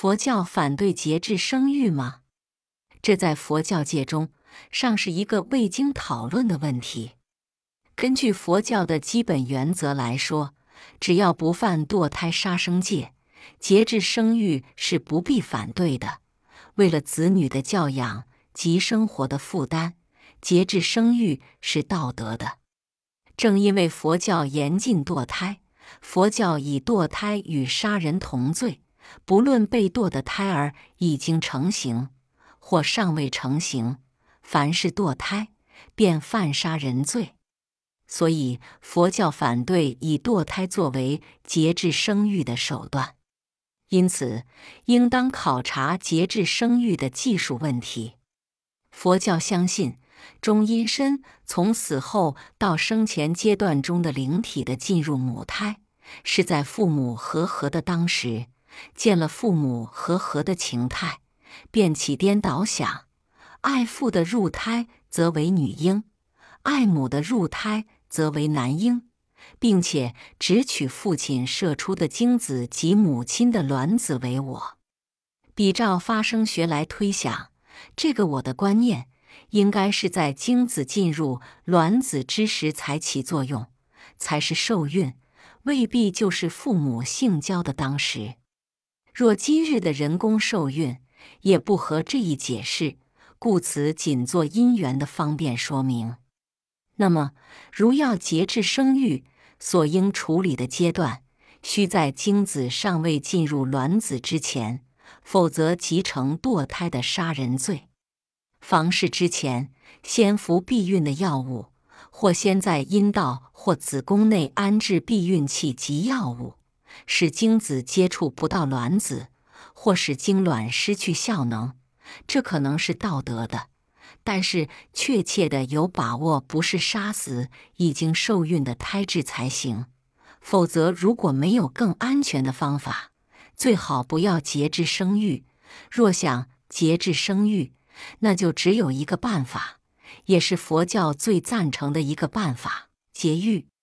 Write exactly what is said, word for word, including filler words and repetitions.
佛教反对节制生育吗？这在佛教界中尚是一个未经讨论的问题。根据佛教的基本原则来说，只要不犯堕胎杀生戒，节制生育是不必反对的。为了子女的教养及生活的负担，节制生育是道德的。正因为佛教严禁堕胎，佛教以堕胎与杀人同罪，不论被堕的胎儿已经成形或尚未成形，凡是堕胎，便犯杀人罪。所以佛教反对以堕胎作为节制生育的手段。因此，应当考察节制生育的技术问题。佛教相信，中阴身从死后到生前阶段中的灵体的进入母胎，是在父母和合的当时，见了父母和合的情态，便起颠倒想，爱父的入胎则为女婴，爱母的入胎则为男婴，并且只取父亲射出的精子及母亲的卵子为我。比照发生学来推想，这个我的观念应该是在精子进入卵子之时才起作用，才是受孕，未必就是父母性交的当时。若今日的人工受孕，也不合这一解释，故此仅做因缘的方便说明。那么，如要节制生育，所应处理的阶段，须在精子尚未进入卵子之前，否则即成堕胎的杀人罪。房事之前，先服避孕的药物，或先在阴道或子宫内安置避孕器及药物，使精子接触不到卵子，或使精卵失去效能，这可能是道德的。但是确切的有把握不是杀死已经受孕的胎质才行，否则如果没有更安全的方法，最好不要节制生育。若想节制生育，那就只有一个办法，也是佛教最赞成的一个办法：节育。